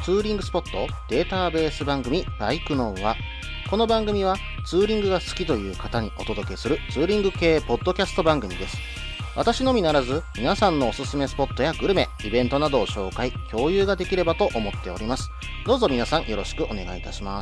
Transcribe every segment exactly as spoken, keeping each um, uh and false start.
ツーリングスポットデータベース番組バイクノア。この番組はツーリングが好きという方にお届けするツーリング系ポッドキャスト番組です。私のみならず皆さんのおすすめスポットやグルメ、イベントなどを紹介、共有ができればと思っております。どうぞ皆さんよろしくお願いいたします。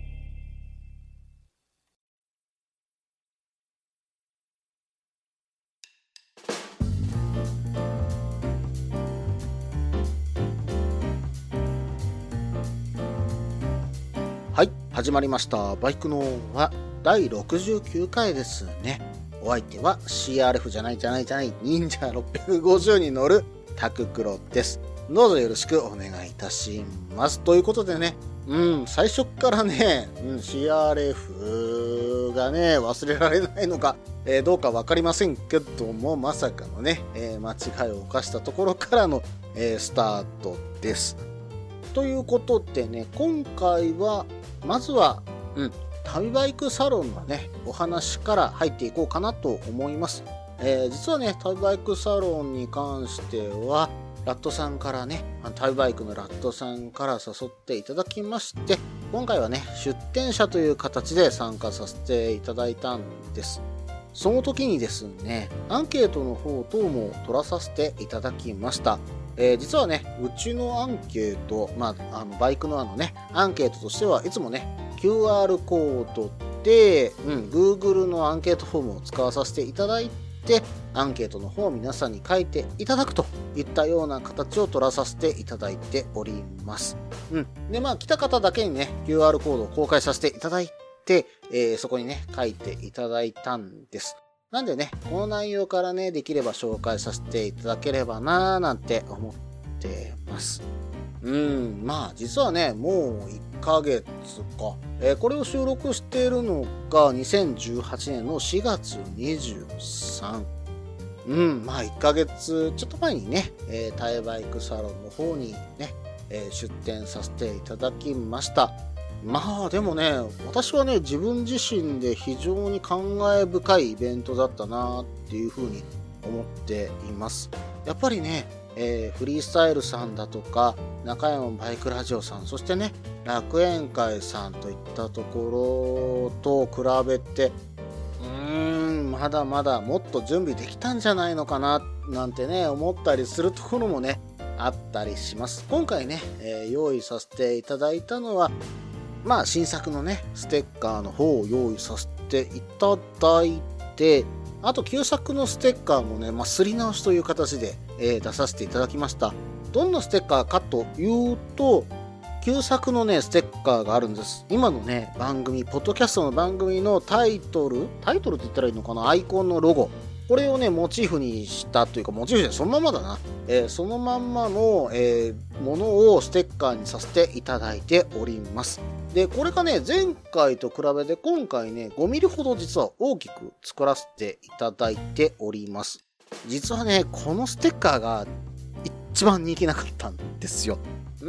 はい、始まりました。バイクのはだいろくじゅうきゅうかいですね。お相手は シーアールエフ じゃないじゃないじゃない忍者ろっぴゃくごじゅうに乗るタククロです。どうぞよろしくお願いいたします。ということでね、うん、最初からね、うん、シーアールエフ がね、忘れられないのか、えー、どうかわかりませんけども、まさかのね、えー、間違いを犯したところからの、えー、スタートです。ということでね、今回は、まずは、うん、旅バイクサロンのね、お話から入っていこうかなと思います。えー、実はね、旅バイクサロンに関しては、ラットさんからね、旅バイクのラットさんから誘っていただきまして、今回はね、出展者という形で参加させていただいたんです。その時にですね、アンケートの方等も取らさせていただきました。えー、実はね、うちのアンケート、まあ、あのバイクのあのね、アンケートとしてはいつもね、キューアール コードで、うん、Google のアンケートフォームを使わさせていただいて、アンケートの方を皆さんに書いていただくといったような形を取らさせていただいております。うん。で、まあ、来た方だけにね、キューアール コードを公開させていただいて、えー、そこにね、書いていただいたんです。なんでね、この内容からね、できれば紹介させていただければなーなんて思ってます。うん、まあ実はね、もういっかげつか。えー、これを収録しているのがにせんじゅうはちねんのしがつにじゅうさん。うん、まあいっかげつちょっと前にね、えー、タイバイクサロンの方にね、えー、出展させていただきました。まあでもね、私はね、自分自身で非常に感慨深いイベントだったなっていうふうに思っています。やっぱりね、えー、フリースタイルさんだとか、中山バイクラジオさん、そしてね、楽園会さんといったところと比べて、うーん、まだまだもっと準備できたんじゃないのかな、なんてね、思ったりするところもね、あったりします。今回ね、えー、用意させていただいたのは、まあ新作のね、ステッカーの方を用意させていただいて、あと旧作のステッカーもね、まあすり直しという形で、えー、出させていただきました。どんなステッカーかというと、旧作のね、ステッカーがあるんです。今のね、番組、ポッドキャストの番組のタイトル、タイトルって言ったらいいのかな、アイコンのロゴ。これをね、モチーフにしたというか、モチーフでそのままだな。えー、そのまんまの、えー、ものをステッカーにさせていただいております。で、これがね、前回と比べて今回ね、ごミリほど実は大きく作らせていただいております。実はね、このステッカーが一番人気なかったんですよ。うん、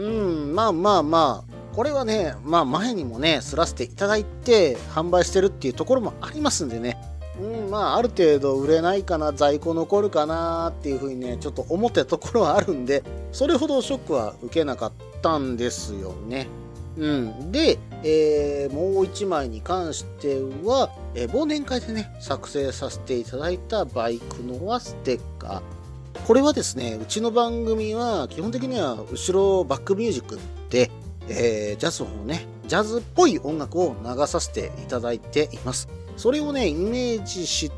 まあまあまあ、これはね、まあ前にもね、すらせていただいて販売してるっていうところもありますんでね、うん、まあある程度売れないかな、在庫残るかなっていうふうにね、ちょっと思ってたところはあるんで、それほどショックは受けなかったんですよね。うん。で、えー、もう一枚に関しては、えー、忘年会でね、作成させていただいたバイクのはステッカー。これはですね、うちの番組は基本的には後ろバックミュージックで、えー、ジャズをね、ジャズっぽい音楽を流させていただいています。それをね、イメージして、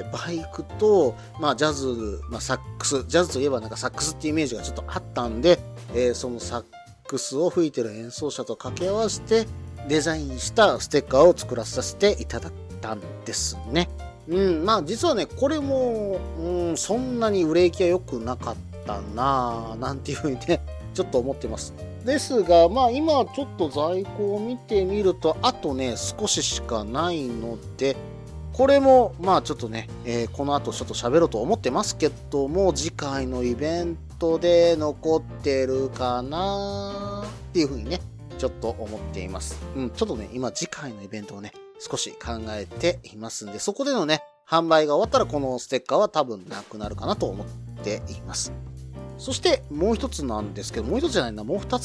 バイクと、まあジャズ、まあサックス、ジャズといえばなんかサックスっていうイメージがちょっとあったんで、えー、そのサックスを吹いてる演奏者と掛け合わせてデザインしたステッカーを作らさせていただいたんですね。うん、まあ実はね、これも、うん、そんなに売れ行きは良くなかったなぁ、なんていうふうにね、ちょっと思ってます。ですが、まあ今ちょっと在庫を見てみると、あとね、少ししかないので、これも、まあちょっとね、えー、この後ちょっと喋ろうと思ってますけども、次回のイベントで残ってるかなっていうふうにね、ちょっと思っています。うん、ちょっとね、今次回のイベントをね、少し考えていますんで、そこでのね、販売が終わったらこのステッカーは多分なくなるかなと思っています。そしてもう一つなんですけど、もう一つじゃないな、もう二つか。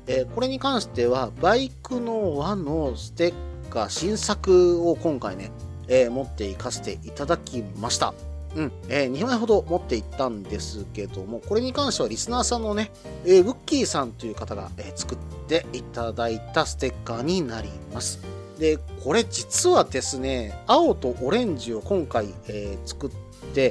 えー、これに関しては、バイクの輪のステッカー、新作を今回ね、えー、持っていかせていただきました。うん、えー、にまいほど持っていったんですけども、これに関してはリスナーさんのね、えー、ウッキーさんという方が、えー、作っていただいたステッカーになります。で、これ実はですね、青とオレンジを今回、えー、作って、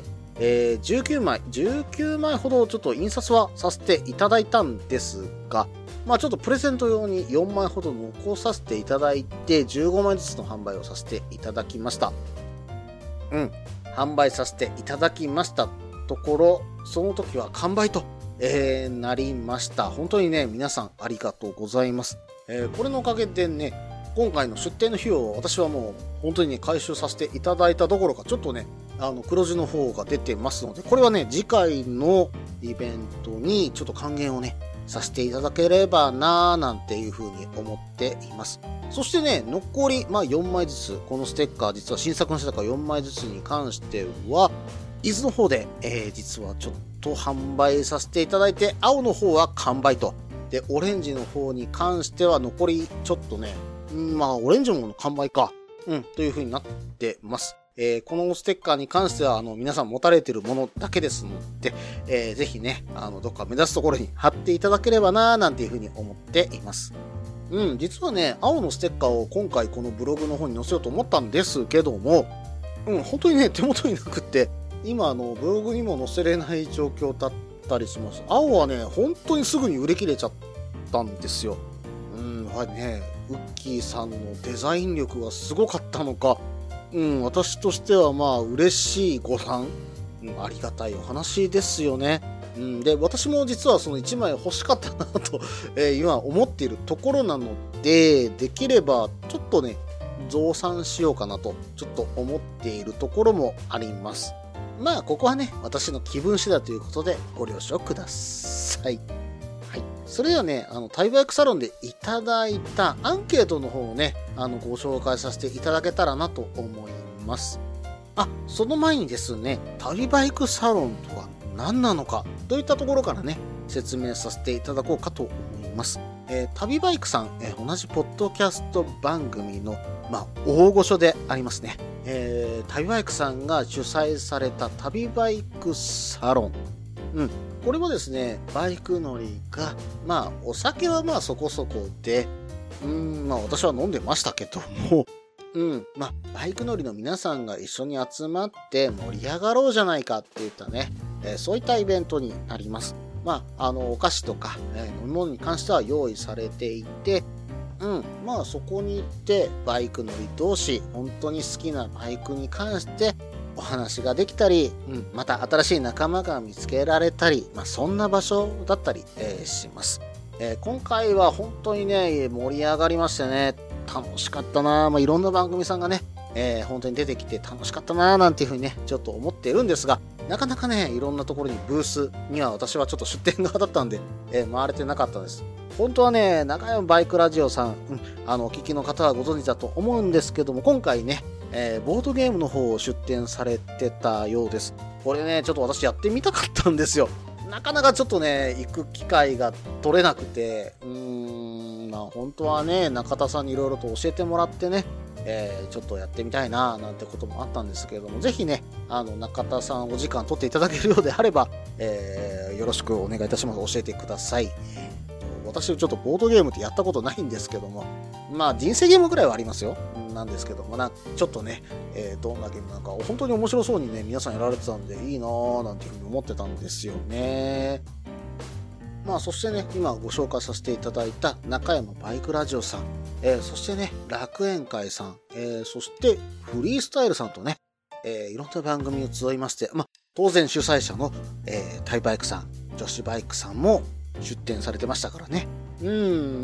えー、じゅうきゅうまい、じゅうきゅうまいほどちょっと印刷はさせていただいたんですが、まあちょっとプレゼント用によんまいほど残させていただいて、じゅうごまいずつの販売をさせていただきました。うん。販売させていただきましたところ、その時は完売と、えー、なりました。本当にね、皆さんありがとうございます。えー、これのおかげでね、今回の出店の費用を私はもう本当にね、回収させていただいたどころか、ちょっとね、あの、黒字の方が出てますので、これはね、次回のイベントにちょっと還元をね、させていただければなぁなんていうふうに思っています。そしてね、残り、まあ、よんまいずつ、このステッカー、実は新作のステッカーよんまいずつに関しては、伊豆の方で、えー、実はちょっと販売させていただいて、青の方は完売と。で、オレンジの方に関しては残りちょっとね、まあ、オレンジの完売か。うん、という風になってます。えー、このステッカーに関しては、あの、皆さん持たれているものだけですので、えー、ぜひね、あの、どっか目指すところに貼っていただければなぁ、なんていう風に思っています。うん、実はね、青のステッカーを今回このブログの方に載せようと思ったんですけども、うん、本当にね、手元になくって、今、あの、ブログにも載せれない状況だったりします。青はね、本当にすぐに売り切れちゃったんですよ。うん、はいね、ウッキーさんのデザイン力がすごかったのか、うん、私としてはまあ、嬉しいご覧、うん、ありがたいお話ですよね。うん、で、私も実はそのいちまい欲しかったなと、えー、今思っているところなので、できればちょっとね、増産しようかなと、ちょっと思っているところもあります。まあ、ここはね、私の気分次第ということでご了承ください。はい。それではね、あの、タイバイクサロンでいただいたアンケートの方をね、あの、ご紹介させていただけたらなと思います。あ、その前にですね、旅バイクサロンとは何なのかといったところからね、説明させていただこうかと思います。えー、旅バイクさん、えー、同じポッドキャスト番組の、まあ、大御所でありますね。えー、旅バイクさんが主催された旅バイクサロン。うん。これもですね、バイク乗りが、まあ、お酒はまあそこそこで、うーん、まあ私は飲んでましたけども、うん。まあ、バイク乗りの皆さんが一緒に集まって盛り上がろうじゃないかっていったね、えー、そういったイベントになります。まあ、あの、お菓子とか、えー、飲み物に関しては用意されていて、うん。まあ、そこに行って、バイク乗り同士、本当に好きなバイクに関して、お話ができたり、うん、また新しい仲間が見つけられたり、まあ、そんな場所だったり、えー、します。えー、今回は本当にね、盛り上がりましてね、楽しかったな、まあ、いろんな番組さんがね、えー、本当に出てきて楽しかったななんていうふうにね、ちょっと思っているんですが、なかなかね、いろんなところにブースには私はちょっと出店側だったんで、えー、回れてなかったです。本当はね、中山バイクラジオさん、うん、あの、お聞きの方はご存知だと思うんですけども、今回ね、えー、ボードゲームの方を出展されてたようです。これね、ちょっと私やってみたかったんですよ。なかなかちょっとね、行く機会が取れなくて、うーん、まあ本当はね、中田さんにいろいろと教えてもらってね、えー、ちょっとやってみたいななんてこともあったんですけれども、ぜひね、あの、中田さんお時間取っていただけるようであれば、えー、よろしくお願いいたします。教えてください。私ちょっとボードゲームってやったことないんですけども、まあ人生ゲームぐらいはありますよ。なんですけどもな、ちょっとね、えー、どんなゲームなのか、本当に面白そうにね、皆さんやられてたんで、いいなーなんていうふうに思ってたんですよね。まあそしてね、今ご紹介させていただいた中山バイクラジオさん、えー、そしてね、楽園会さん、えー、そしてフリースタイルさんとね、えー、いろんな番組を集いまして、まあ当然主催者の、えー、タイバイクさん、女子バイクさんも出展されてましたからね。うん、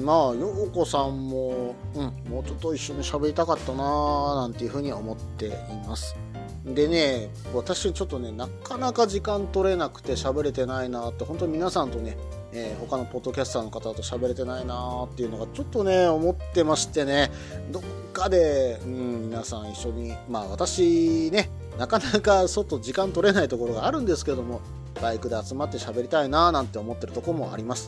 まあ、ようこさんも、うん、もうちょっと一緒に喋りたかったなーなんていうふうに思っています。でね、私ちょっとね、なかなか時間取れなくて喋れてないなーって、本当に皆さんとね、えー、他のポッドキャスターの方と喋れてないなーっていうのがちょっとね、思ってましてね、どっかで、うん、皆さん一緒に、まあ私ね、なかなか外時間取れないところがあるんですけども、バイクで集まって喋りたいなーなんて思ってるところもあります。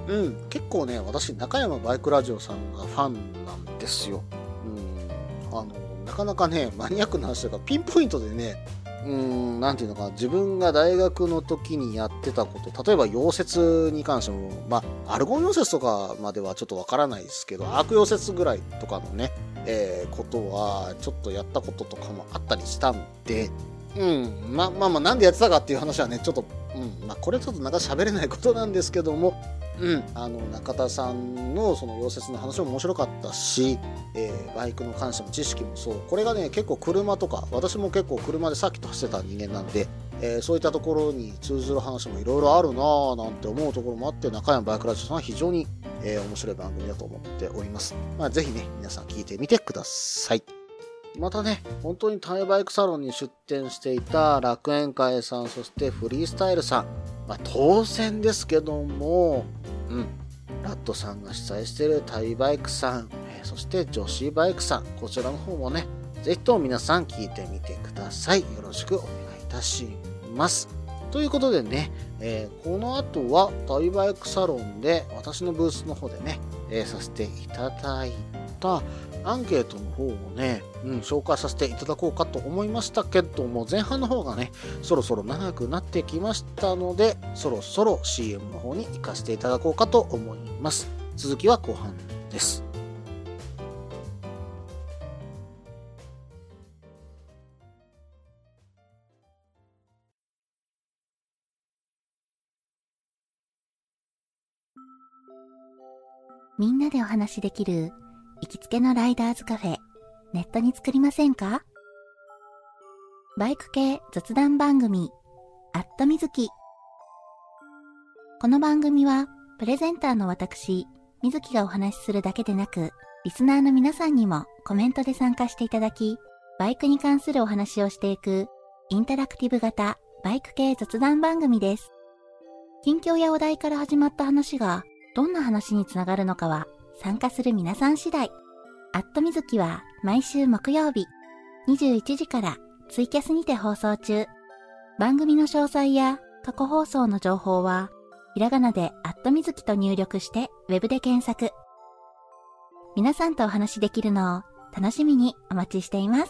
うん、結構ね、私、中山バイクラジオさんがファンなんですよ。うん、あの、なかなかね、マニアックな話というか、ピンポイントでね、うーん、なんていうのか、自分が大学の時にやってたこと、例えば溶接に関しても、まあ、アルゴン溶接とかまではちょっとわからないですけど、アーク溶接ぐらいとかのね、えー、ことは、ちょっとやったこととかもあったりしたんで、うん、まあまあまあ、なんでやってたかっていう話はね、ちょっと、うん、まあ、これちょっとなんか喋れないことなんですけども、うん、あの、中田さんのその溶接の話も面白かったし、えー、バイクの関しても知識もそう。これがね、結構車とか、私も結構車でサーキット走ってた人間なんで、えー、そういったところに通ずる話もいろいろあるなぁなんて思うところもあって、中山バイクラジオさんは非常に、えー、面白い番組だと思っております。まあ、ぜひね、皆さん聞いてみてください。またね、本当にタイバイクサロンに出店していた楽園会さん、そしてフリースタイルさん、まあ、当然ですけども、うん、ラットさんが主催しているタイバイクさん、えー、そして女子バイクさん、こちらの方もね、ぜひとも皆さん聞いてみてください。よろしくお願いいたします。ということでね、えー、この後はタイバイクサロンで私のブースの方でね、えー、させていただいたアンケートの方をね、うん、紹介させていただこうかと思いましたけども、前半の方がね、そろそろ長くなってきましたので、そろそろ シーエム の方に行かせていただこうかと思います。続きは後半です。 みんなでお話しできる行きつけのライダーズカフェ、ネットに作りませんか？バイク系雑談番組、アットみずき。この番組は、プレゼンターの私、みずきがお話しするだけでなく、リスナーの皆さんにもコメントで参加していただき、バイクに関するお話をしていく、インタラクティブ型バイク系雑談番組です。近況やお題から始まった話が、どんな話につながるのかは、参加する皆さん次第。アットみずきは毎週木曜日にじゅういちじからツイキャスにて放送中。番組の詳細や過去放送の情報はひらがなでアットみずきと入力してウェブで検索。皆さんとお話しできるのを楽しみにお待ちしています。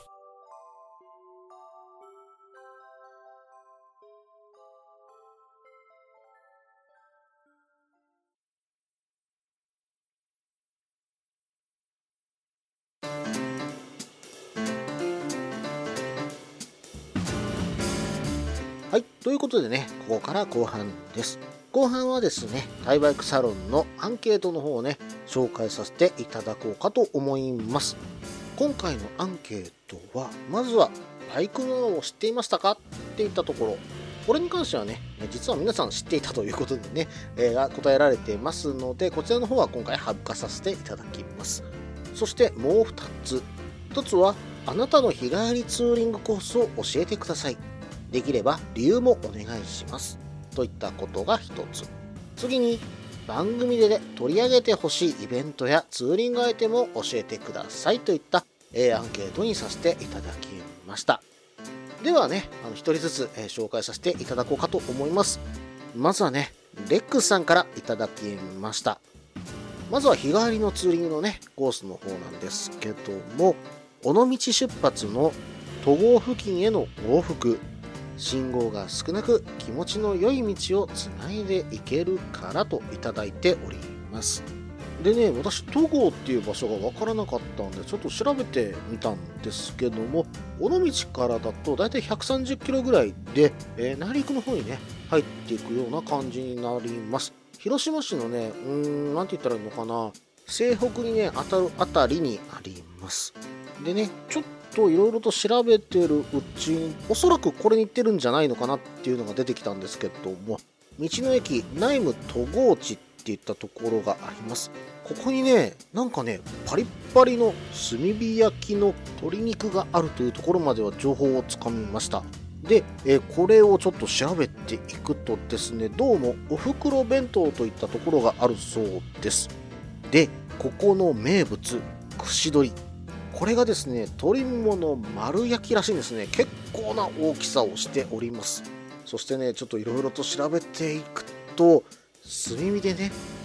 はい。ということでね、ここから後半です。後半はですね、タイバイクサロンのアンケートの方をね、紹介させていただこうかと思います。今回のアンケートは、まずは、バイクのを知っていましたかっていったところ、これに関してはね、実は皆さん知っていたということでね、えー、答えられてますので、こちらの方は今回省かさせていただきます。そしてもうふたつ。ひとつは、あなたの日帰りツーリングコースを教えてください。できれば理由もお願いします。といったことが一つ。次に、番組で、ね、取り上げてほしいイベントやツーリングアイテムを教えてくださいといった、えー、アンケートにさせていただきました。ではね、あの一人ずつ、えー、紹介させていただこうかと思います。まずはね、レックスさんからいただきました。まずは日帰りのツーリングのね、コースの方なんですけども、尾道出発の都合付近への往復。信号が少なく気持ちの良い道をつないでいけるからといただいております。でね、私、戸郷っていう場所がわからなかったんで、ちょっと調べてみたんですけども、尾道からだとだいたいひゃくさんじゅっキロぐらいで、えー、内陸の方にね、入っていくような感じになります。広島市のね、うーん、なんて言ったらいいのかな、西北にね、当たるあたりにあります。でね、ちょっといろいろと調べてるうちに、おそらくこれに行ってるんじゃないのかなっていうのが出てきたんですけども、道の駅内務戸郷地っていったところがあります。ここにね、なんかね、パリッパリの炭火焼きの鶏肉があるというところまでは情報をつかみました。で、えー、これをちょっと調べていくとですね、どうもお袋弁当といったところがあるそうです。で、ここの名物、串鶏。これがですね、鶏ももの丸焼きらしいんですね。結構な大きさをしております。そしてね、ちょっといろいろと調べていくと、炭火でね、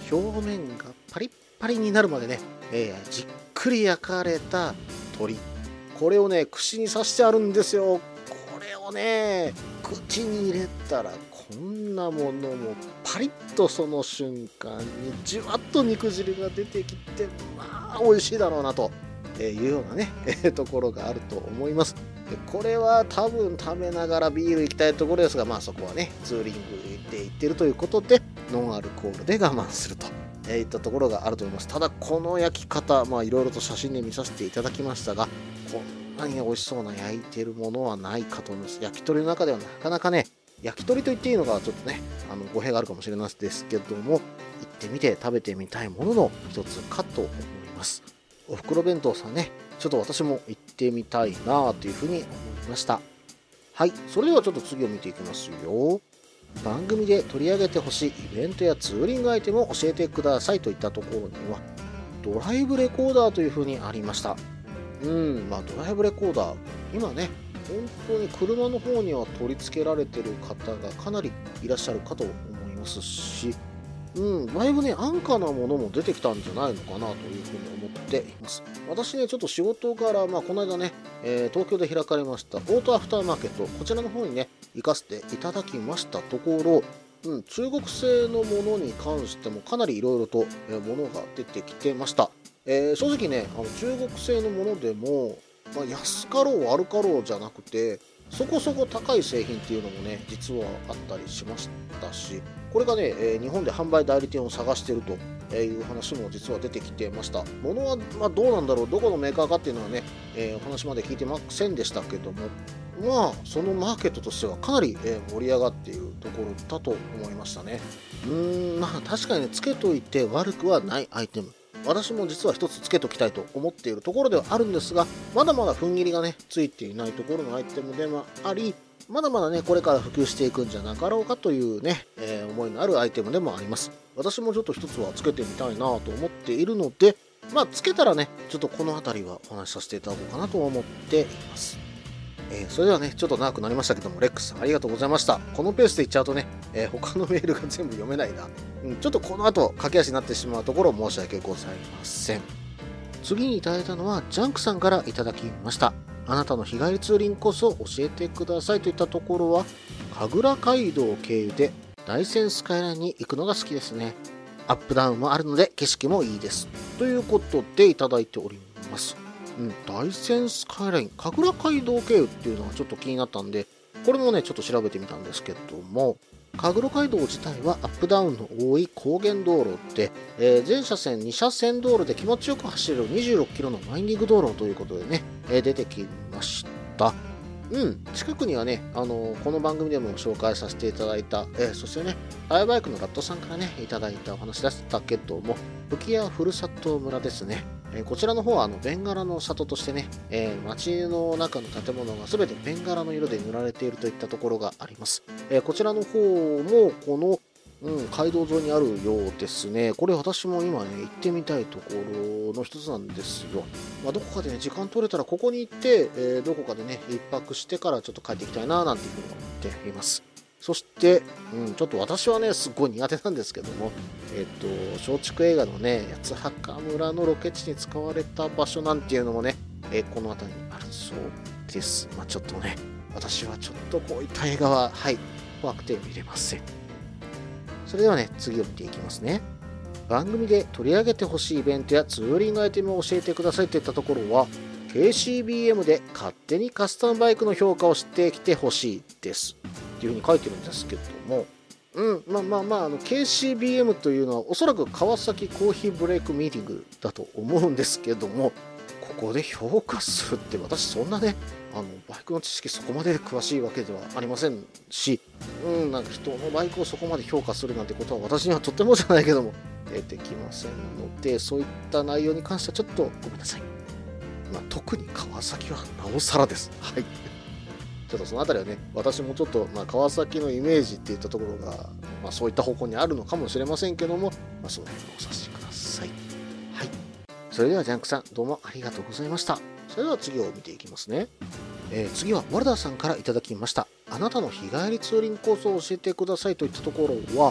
表面がパリッパリになるまでね、えー、じっくり焼かれた鶏、これをね串に刺してあるんですよ。これをね口に入れたらこんなものもパリッとその瞬間にじわっと肉汁が出てきて、まあ美味しいだろうなというようなね、えー、ところがあると思います。でこれは多分食べながらビール行きたいところですが、まあそこはねツーリングで行ってるということでノンアルコールで我慢するといったところがあると思います。ただこの焼き方、まあいろいろと写真で見させていただきましたが、こんなに美味しそうな焼いてるものはないかと思います。焼き鳥の中ではなかなかね、焼き鳥と言っていいのかちょっとね、あの語弊があるかもしれないですけども、行ってみて食べてみたいものの一つかと思います。おふくろ弁当さんね、ちょっと私も行ってみたいなというふうに思いました。はい、それではちょっと次を見ていきますよ。番組で取り上げてほしいイベントやツーリングアイテムを教えてくださいといったところには、ドライブレコーダーというふうにありました。うん、まあドライブレコーダー、今ね、本当に車の方には取り付けられてる方がかなりいらっしゃるかと思いますし、うん、だいぶね、安価なものも出てきたんじゃないのかなというふうに思っています。私ね、ちょっと仕事から、まあ、この間ね、えー、東京で開かれましたオートアフターマーケット、こちらの方にね、行かせていただきましたところ、うん、中国製のものに関してもかなりいろいろと、えー、ものが出てきてました。えー、正直ね、あの中国製のものでも、まあ、安かろう悪かろうじゃなくて、そこそこ高い製品っていうのもね、実はあったりしましたし、これがね、えー、日本で販売代理店を探しているという話も実は出てきてました。ものは、まあ、どうなんだろう、どこのメーカーかっていうのはね、えー、お話まで聞いてませんでしたけども、まあ、そのマーケットとしてはかなり、えー、盛り上がっているところだと思いましたね。うーん、まあ確かにね、つけといて悪くはないアイテム。私も実は一つつけときたいと思っているところではあるんですが、まだまだ踏ん切りがね、ついていないところのアイテムでもあり、まだまだね、これから普及していくんじゃなかろうかというね、えー、思いのあるアイテムでもあります。私もちょっと一つはつけてみたいなと思っているので、まあ、つけたらね、ちょっとこの辺りはお話しさせていただこうかなと思っています。えー、それではね、ちょっと長くなりましたけども、レックスさんありがとうございました。このペースでいっちゃうとね、えー、他のメールが全部読めないな。うん、ちょっとこの後、駆け足になってしまうところ申し訳ございません。次にいただいたのは、ジャンクさんからいただきました。あなたの日帰りツーリングコースを教えてくださいといったところは、神楽街道経由で大山スカイラインに行くのが好きですね。アップダウンもあるので景色もいいです。ということでいただいております。うん、大山スカイライン、神楽街道経由っていうのがちょっと気になったんで、これもね、ちょっと調べてみたんですけども、神楽街道自体はアップダウンの多い高原道路で、えー、全車線に車線道路で気持ちよく走れるにじゅうろっキロのワインディング道路ということでね、えー、出てきました。うん、近くにはね、あのー、この番組でも紹介させていただいた、えー、そしてね、アイバイクのラットさんからね、いただいたお話でしたけども、吹屋ふるさと村ですね。えー、こちらの方はあのベンガラの里としてね、えー、街の中の建物が全てベンガラの色で塗られているといったところがあります。えー、こちらの方もこの、うん、街道沿いにあるようですね。これ私も今ね、行ってみたいところの一つなんですよ。まあ、どこかでね、時間取れたらここに行って、えー、どこかでね、一泊してからちょっと帰っていきたいななんていうふうに思っています。そして、うん、ちょっと私はね、すっごい苦手なんですけども、えっと、松竹映画のね、八幡村のロケ地に使われた場所なんていうのもね、えー、この辺りにあるそうです。まあちょっとね、私はちょっとこういった映画は、はい、怖くて見れません。それではね、次を見ていきますね。番組で取り上げてほしいイベントやツーリングアイテムを教えてくださいといったところは、ケーシービーエム で勝手にカスタムバイクの評価をしてきてほしいです。っていうふうに書いてるんですけども、うん、まあまあまあ、あの ケーシービーエム というのはおそらく川崎コーヒーブレイクミーティングだと思うんですけども、ここで評価するって私そんなね、あのバイクの知識そこまで詳しいわけではありませんし、うん、なんか人のバイクをそこまで評価するなんてことは私にはとってもじゃないけども出てきませんので、そういった内容に関してはちょっとごめんなさい。まあ、特に川崎はなおさらです。はい。ちょっとそのあたりはね、私もちょっと、まあ、川崎のイメージっていったところが、まあ、そういった方向にあるのかもしれませんけども、まあ、その辺をお察しください。はい。それではジャンクさん、どうもありがとうございました。それでは次を見ていきますね。えー、次はワルダーさんからいただきました。あなたの日帰りツーリングコースを教えてくださいといったところは、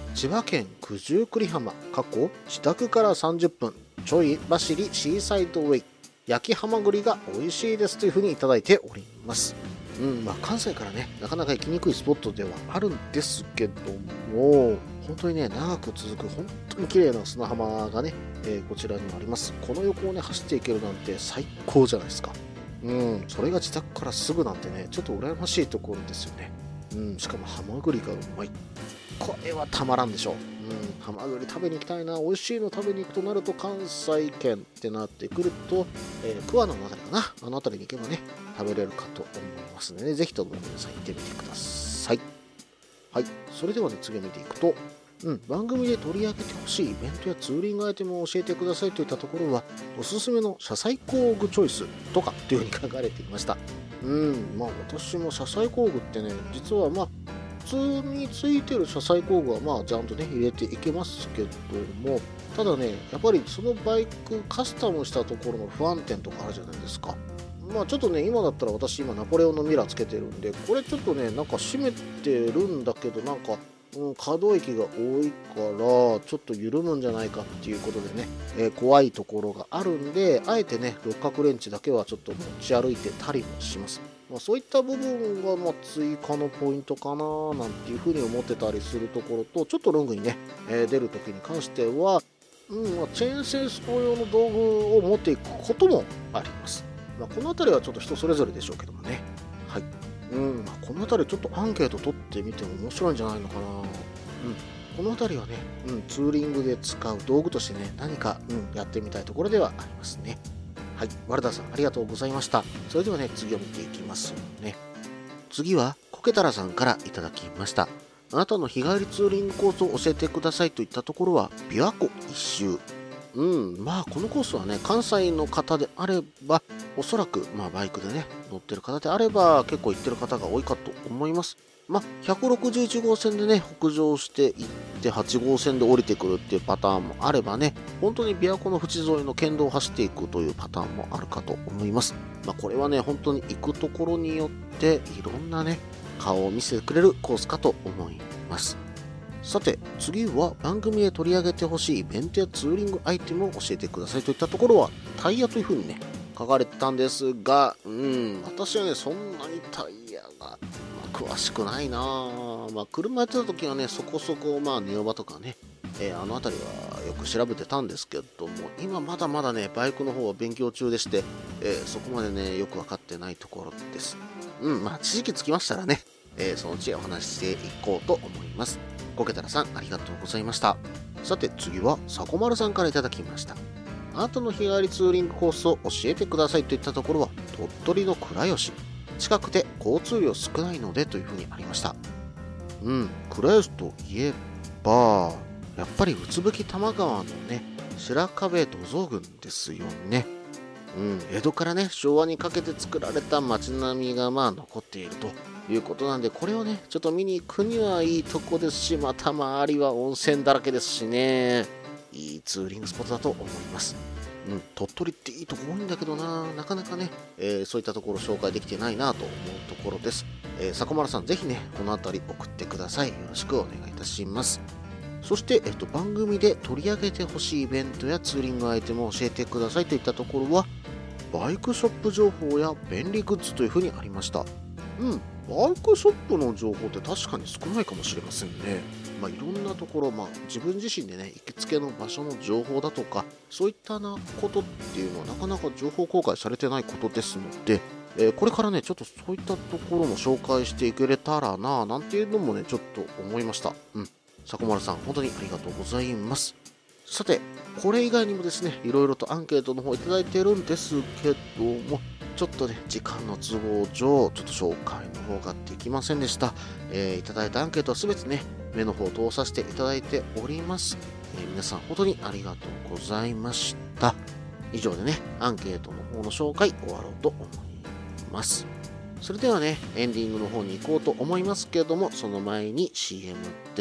千葉県九十九里浜過去自宅からさんじゅっぷんちょい走りシーサイドウェイ焼きハマグリが美味しいですというふうにいただいております。うんまあ、関西からねなかなか行きにくいスポットではあるんですけども、本当にね長く続く本当に綺麗な砂浜がね、えー、こちらにもあります。この横をね走っていけるなんて最高じゃないですか。うんそれが自宅からすぐなんてねちょっと羨ましいところですよね。うんしかもハマグリがうまい、これはたまらんでしょう。うんハマグリ食べに行きたいな。美味しいの食べに行くとなると関西圏ってなってくると、えー、桑名のあたりかな、あのあたりに行けばね食べれるかと思いますので、ね、ぜひとも皆さん行ってみてください。はいそれではね次を見ていくと、うん、番組で取り上げてほしいイベントやツーリングアイテムを教えてくださいといったところは、おすすめの車載工具チョイスとかというふうに書かれていました。うんまあ私も車載工具ってね実はまあ普通についてる車載工具はまあちゃんとね入れていけますけども、ただねやっぱりそのバイクカスタムしたところの不安点とかあるじゃないですか。まあちょっとね今だったら私今ナポレオンのミラーつけてるんで、これちょっとねなんか閉めてるんだけどなんか、うん、可動域が多いからちょっと緩むんじゃないかっていうことでね、えー、怖いところがあるんで、あえてね六角レンチだけはちょっと持ち歩いてたりもします。まあ、そういった部分がまあ追加のポイントかななんていうふうに思ってたりするところと、ちょっとロングにね、えー、出るときに関しては、うんまあ、チェーンセンスト用の道具を持っていくこともあります。まあ、この辺りはちょっと人それぞれでしょうけどもね。はい。うんまあ、この辺りちょっとアンケート取ってみても面白いんじゃないのかな。うんこの辺りはね、うん、ツーリングで使う道具としてね、何か、うん、やってみたいところではありますね。はい、ワルダーさんありがとうございました。それではね、次を見ていきますね。次は、コケタラさんからいただきました。あなたの日帰りツーリングコースを教えてくださいといったところは、琵琶湖一周。うん、まあこのコースはね、関西の方であれば、おそらく、まあバイクでね、乗ってる方であれば、結構行ってる方が多いかと思います。まあ、ひゃくろくじゅういち号線でね、北上していってはち号線で降りてくるっていうパターンもあればね、本当に琵琶湖の縁沿いの県道を走っていくというパターンもあるかと思います。まあ、これはね、本当に行くところによっていろんなね、顔を見せてくれるコースかと思います。さて、次は番組で取り上げてほしいイベントやツーリングアイテムを教えてくださいといったところは、タイヤというふうにね、書かれてたんですが、うん、私はね、そんなにタイヤが、詳しくないなぁ。まあ、車やってた時はね、そこそこ、まあ、ネオバとかね、えー、あの辺りはよく調べてたんですけども、今まだまだね、バイクの方は勉強中でして、えー、そこまでね、よくわかってないところです。うん、まあ、知識つきましたらね、えー、そのうちお話ししていこうと思います。コケタラさん、ありがとうございました。さて、次は、さこまるさんからいただきました。あなたの日帰りツーリングコースを教えてくださいといったところは、鳥取の倉吉。近くて交通量少ないのでというふうにありました。うん、倉吉といえば、やっぱり宇津吹玉川のね、白壁土蔵群ですよね。うん、江戸からね、昭和にかけて作られた街並みがまあ残っているということなんで、これをね、ちょっと見に行くにはいいとこですし、また周りは温泉だらけですしね、いいツーリングスポットだと思います。うん、鳥取っていいとこ多いんだけどな、なかなかね、えー、そういったところ紹介できてないなと思うところです。えー、さこまるさん、ぜひね、この辺り送ってください。よろしくお願いいたします。そして、えっと、番組で取り上げてほしいイベントやツーリングアイテムを教えてくださいといったところは、バイクショップ情報や便利グッズというふうにありました。うん、バイクショップの情報って確かに少ないかもしれませんね。まあ、いろんなところ、まあ、自分自身でね、行きつけの場所の情報だとか、そういったなことっていうのはなかなか情報公開されてないことですので、えー、これからね、ちょっとそういったところも紹介していけれたらな、なんていうのもね、ちょっと思いました。うん。さこまるさん、本当にありがとうございます。さて、これ以外にもですね、いろいろとアンケートの方いただいてるんですけども、ちょっとね、時間の都合上、ちょっと紹介の方ができませんでした。えー、いただいたアンケートはすべてね、目の方を通させていただいております。えー、皆さん本当にありがとうございました。以上でね、アンケートの方の紹介終わろうと思います。それではね、エンディングの方に行こうと思いますけども、その前に シーエム です。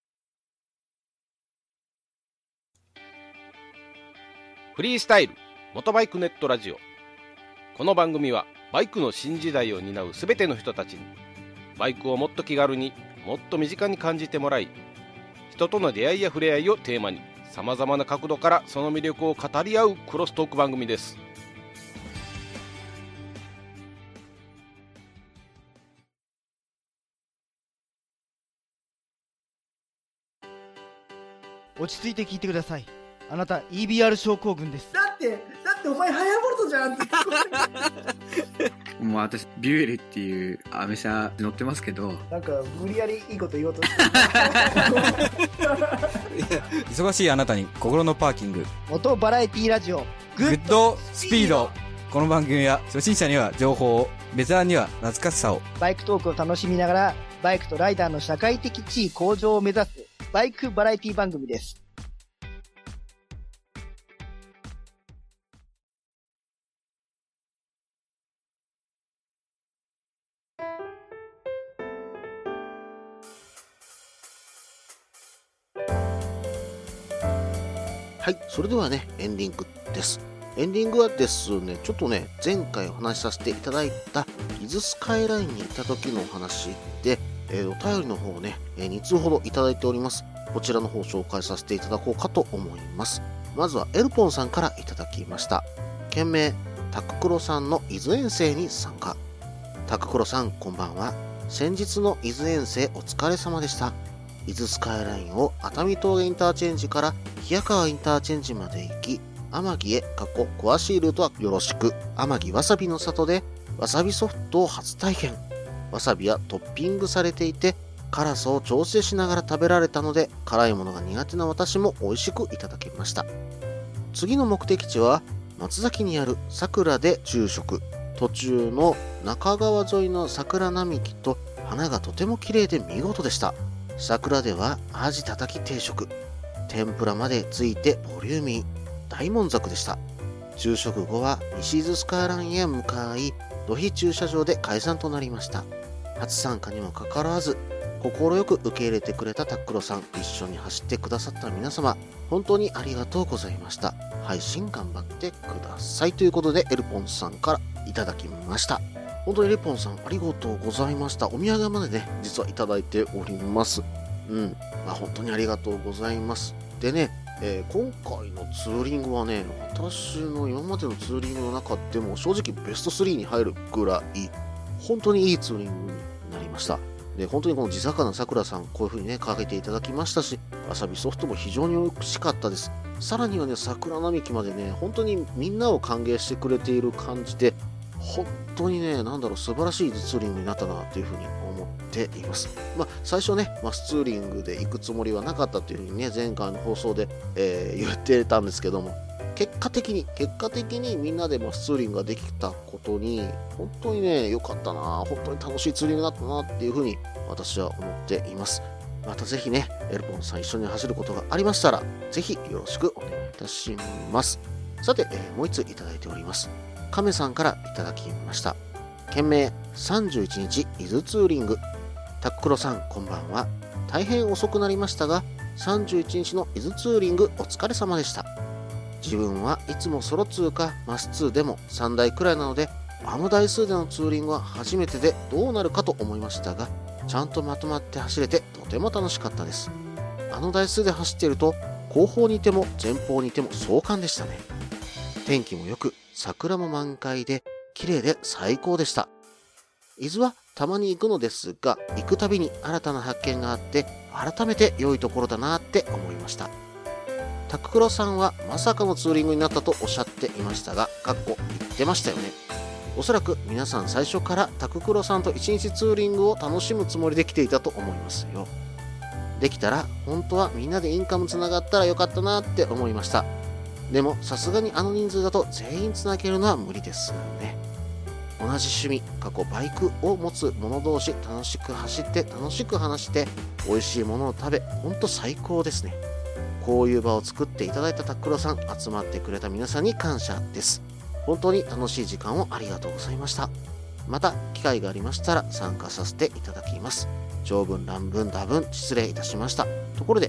フリースタイル元バイクネットラジオ。この番組はバイクの新時代を担うすべての人たちにバイクをもっと気軽にもっと身近に感じてもらい、人との出会いや触れ合いをテーマにさまざまな角度からその魅力を語り合うクロストーク番組です。 落ち着いて聞いてください。あなた イービーアール 症候群です。 だってだってお前ハヤボルトじゃんってもう私ビュエルっていうアメ車乗ってますけど、 なんか無理やりいいこと言おうとして忙しいあなたに心のパーキング、 元バラエティラジオグッドスピード。この番組は初心者には情報を、ベテランには懐かしさを、 バイクトークを楽しみながらバイクとライダーの社会的地位向上を目指すバイクバラエティ番組です。 はい、それではね、エンディングです。エンディングはですね、ちょっとね、前回お話しさせていただいた伊豆スカイラインに行った時のお話で、えー、お便りの方をね、えー、に通ほどいただいております。こちらの方を紹介させていただこうかと思います。まずはエルポンさんからいただきました。件名、タククロさんの伊豆遠征に参加。タククロさん、こんばんは。先日の伊豆遠征お疲れ様でした。伊豆スカイラインを熱海峠インターチェンジから日高川インターチェンジまで行き、天城へ過去詳しいルートはよろしく。天城わさびの里でわさびソフトを初体験。わさびはトッピングされていて辛さを調整しながら食べられたので、辛いものが苦手な私も美味しくいただきました。次の目的地は松崎にある桜で昼食。途中の中川沿いの桜並木と花がとても綺麗で見事でした。桜ではアジたたき定食、天ぷらまでついてボリューミー、大満足でした。昼食後は西伊豆スカイラインへ向かい、土肥駐車場で解散となりました。初参加にもかかわらず快く受け入れてくれたタックロさん、一緒に走ってくださった皆様、本当にありがとうございました。配信頑張ってくださいということで、エルポンさんからいただきました。本当にエルポンさんありがとうございました。お土産までね、実はいただいております。うん、まあ、本当にありがとうございます。でね、えー、今回のツーリングはね、私の今までのツーリングの中でも正直ベストスリーに入るぐらい本当にいいツーリングになりました。で、本当にこの地魚さくらさん、こういう風にねかけていただきましたし、わさびソフトも非常に美味しかったです。さらにはね、桜並木までね、本当にみんなを歓迎してくれている感じで、本当にね、なんだろう、素晴らしいツーリングになったなというふうに思っています。まあ、最初ね、マスツーリングで行くつもりはなかったというふうにね、前回の放送で、えー、言ってたんですけども、結果的に、結果的にみんなでマスツーリングができたことに、本当にね、良かったな、本当に楽しいツーリングだったなっていうふうに私は思っています。またぜひね、エルポンさん一緒に走ることがありましたら、ぜひよろしくお願いいたします。さて、えー、もう一ついただいております。亀さんからいただきました。件名、さんじゅういちにち伊豆ツーリング。タックロさん、こんばんは。大変遅くなりましたが、さんじゅういちにちの伊豆ツーリングお疲れ様でした。自分はいつもソロツーかマスツーでもさんだいくらいなので、あの台数でのツーリングは初めてでどうなるかと思いましたが、ちゃんとまとまって走れてとても楽しかったです。あの台数で走っていると、後方にいても前方にいても壮観でしたね。天気も良く、桜も満開で綺麗で最高でした。伊豆はたまに行くのですが、行くたびに新たな発見があって改めて良いところだなって思いました。タククロさんはまさかのツーリングになったとおっしゃっていましたが、かっこ言ってましたよね。おそらく皆さん最初からタククロさんと一日ツーリングを楽しむつもりで来ていたと思いますよ。できたら本当はみんなでインカムつながったらよかったなって思いました。でもさすがにあの人数だと全員つなげるのは無理ですよね。同じ趣味、過去バイクを持つ者同士、楽しく走って楽しく話して美味しいものを食べ、ほんと最高ですね。こういう場を作っていただいたタックロさん、集まってくれた皆さんに感謝です。本当に楽しい時間をありがとうございました。また機会がありましたら参加させていただきます。長文乱文多文失礼いたしました。ところで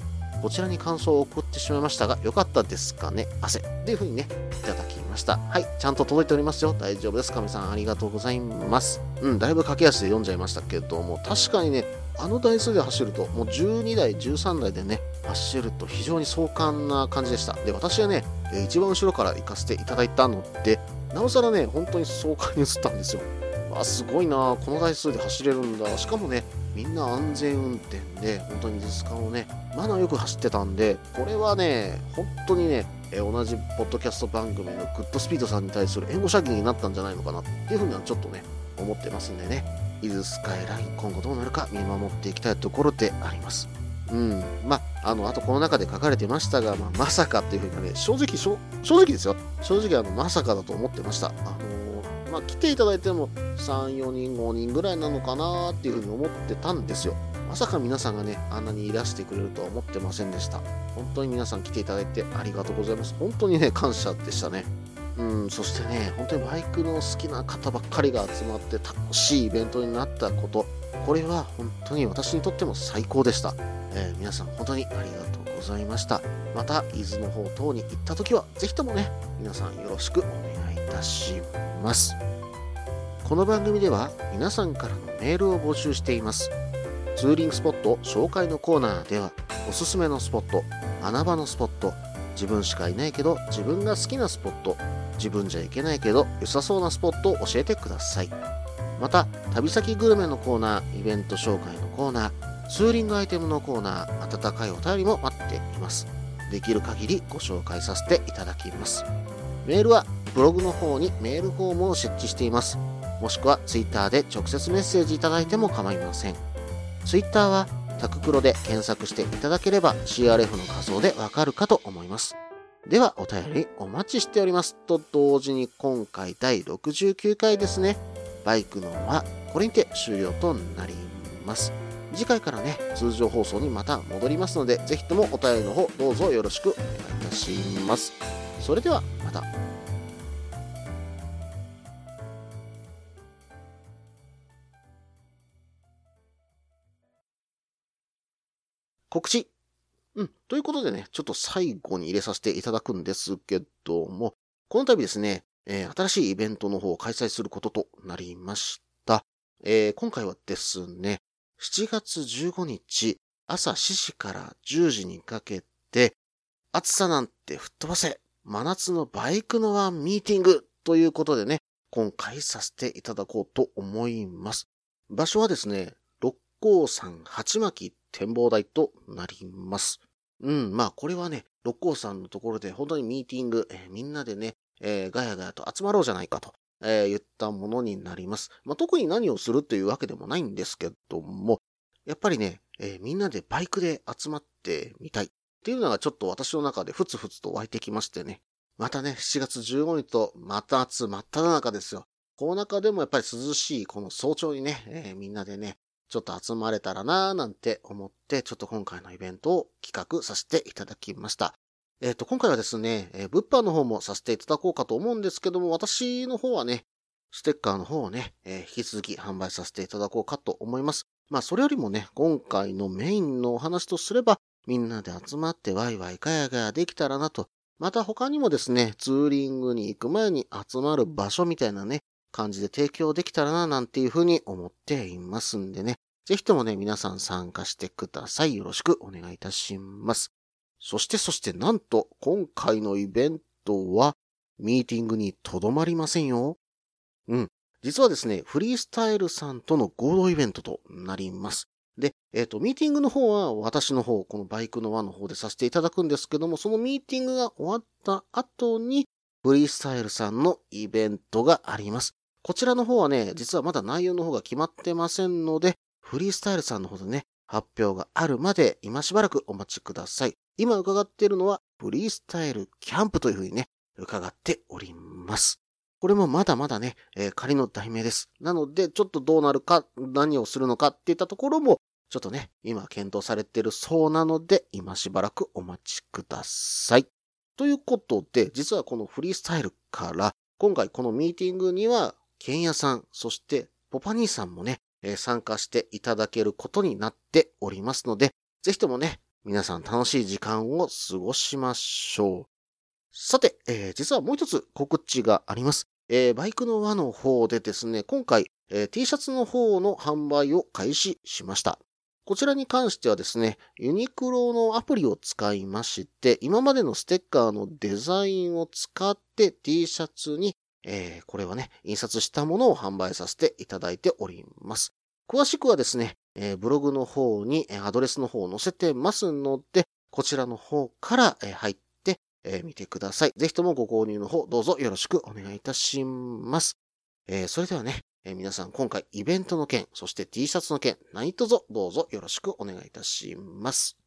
こちらに感想を送ってしまいましたが、よかったですかね汗っていう風にね、いただきました。はい、ちゃんと届いておりますよ。大丈夫です。かみさんありがとうございます。うん、だいぶ駆け足で読んじゃいましたけども、確かにね、あの台数で走ると、もうじゅうにだい、じゅうさんだいでね、走ると非常に壮観な感じでした。で、私はね、一番後ろから行かせていただいたので、なおさらね、本当に壮観に映ったんですよ。わ、すごいな、この台数で走れるんだ。しかもね、みんな安全運転で、本当に美術館をね、マナーよく走ってたんで、これはね、本当にね、え同じポッドキャスト番組のグッドスピードさんに対する援護射撃になったんじゃないのかなっていうふうにはちょっとね、思ってますんでね、イズスカイライン今後どうなるか見守っていきたいところであります。うん。まあ、あの、あとこの中で書かれてましたが、まあ、まさかっていうふうにはね、正直、正直ですよ。正直、あの、まさかだと思ってました。あのー、まあ、来ていただいてもさん、よにん、ごにんぐらいなのかなっていうふうに思ってたんですよ。まさか皆さんがね、あんなにいらしてくれるとは思ってませんでした。本当に皆さん来ていただいてありがとうございます。本当にね、感謝でしたね。うん、そしてね、本当にバイクの好きな方ばっかりが集まって楽しいイベントになったこと、これは本当に私にとっても最高でした。えー、皆さん本当にありがとうございました。また、伊豆の方等に行った時は、ぜひともね、皆さんよろしくお願いいたします。この番組では皆さんからのメールを募集しています。ツーリングスポット紹介のコーナーでは、おすすめのスポット、穴場のスポット、自分しかいないけど自分が好きなスポット、自分じゃいけないけど良さそうなスポットを教えてください。また、旅先グルメのコーナー、イベント紹介のコーナー、ツーリングアイテムのコーナー、温かいお便りも待っています。できる限りご紹介させていただきます。メールはブログの方にメールフォームを設置しています。もしくはツイッターで直接メッセージいただいても構いません。ツイッターはタククロで検索していただければ シーアールエフ の画像でわかるかと思います。ではお便りお待ちしております。と同時に今回だいろくじゅうきゅうかいですね。バイクのはこれにて終了となります。次回からね、通常放送にまた戻りますので、ぜひともお便りの方どうぞよろしくお願いいたします。それではまた。告知。うん。ということでね、ちょっと最後に入れさせていただくんですけども、この度ですね、えー、新しいイベントの方を開催することとなりました。えー、今回はですね、しちがつじゅうごにち朝しちじからじゅうじにかけて、暑さなんて吹っ飛ばせ、真夏のバイクのワンミーティングということでね、今回させていただこうと思います。場所はですね、六甲山鉢巻展望台となります。うん、まあこれはね、六甲山のところで本当にミーティング、えー、みんなでね、えー、ガヤガヤと集まろうじゃないかと、えー、言ったものになります。まあ特に何をするというわけでもないんですけども、やっぱりね、えー、みんなでバイクで集まってみたいっていうのがちょっと私の中でふつふつと湧いてきましてね。またね、しちがつじゅうごにちとまた夏真っ只中ですよ。この中でもやっぱり涼しいこの早朝にね、えー、みんなでね、ちょっと集まれたらなーなんて思って、ちょっと今回のイベントを企画させていただきました。えっと、今回はですね、えー、物販の方もさせていただこうかと思うんですけども、私の方はね、ステッカーの方をね、えー、引き続き販売させていただこうかと思います。まあ、それよりもね、今回のメインのお話とすれば、みんなで集まってワイワイガヤガヤできたらなと。また他にもですね、ツーリングに行く前に集まる場所みたいなね、感じで提供できたらななんていうふうに思っていますんでね。ぜひともね、皆さん参加してください。よろしくお願いいたします。そしてそしてなんと、今回のイベントは、ミーティングにとどまりませんよ。うん。実はですね、フリースタイルさんとの合同イベントとなります。で、えっと、ミーティングの方は私の方、このバイクの輪の方でさせていただくんですけども、そのミーティングが終わった後に、フリースタイルさんのイベントがあります。こちらの方はね、実はまだ内容の方が決まってませんので、フリースタイルさんの方でね、発表があるまで今しばらくお待ちください。今伺っているのは、フリースタイルキャンプというふうにね、伺っております。これもまだまだね、えー、仮の題名です。なので、ちょっとどうなるか、何をするのかっていったところも、ちょっとね、今検討されているそうなので、今しばらくお待ちください。ということで、実はこのフリースタイルから、今回このミーティングには、ケンヤさん、そしてポパ兄さんもね、えー、参加していただけることになっておりますので、ぜひともね、 皆さん楽しい時間を過ごしましょう。さて、えー、実はもう一つ告知があります。えー、バイクの輪の方でですね、今回、えー、T シャツの方の販売を開始しました。こちらに関してはですね、ユニクロのアプリを使いまして、今までのステッカーのデザインを使って T シャツに、えー、これはね、印刷したものを販売させていただいております。詳しくはですね、えー、ブログの方にアドレスの方を載せてますので、こちらの方から入って、えー、見てください。ぜひともご購入の方、どうぞよろしくお願いいたします。えー、それではね、えー、皆さん今回イベントの件、そして T シャツの件、何卒どうぞよろしくお願いいたします。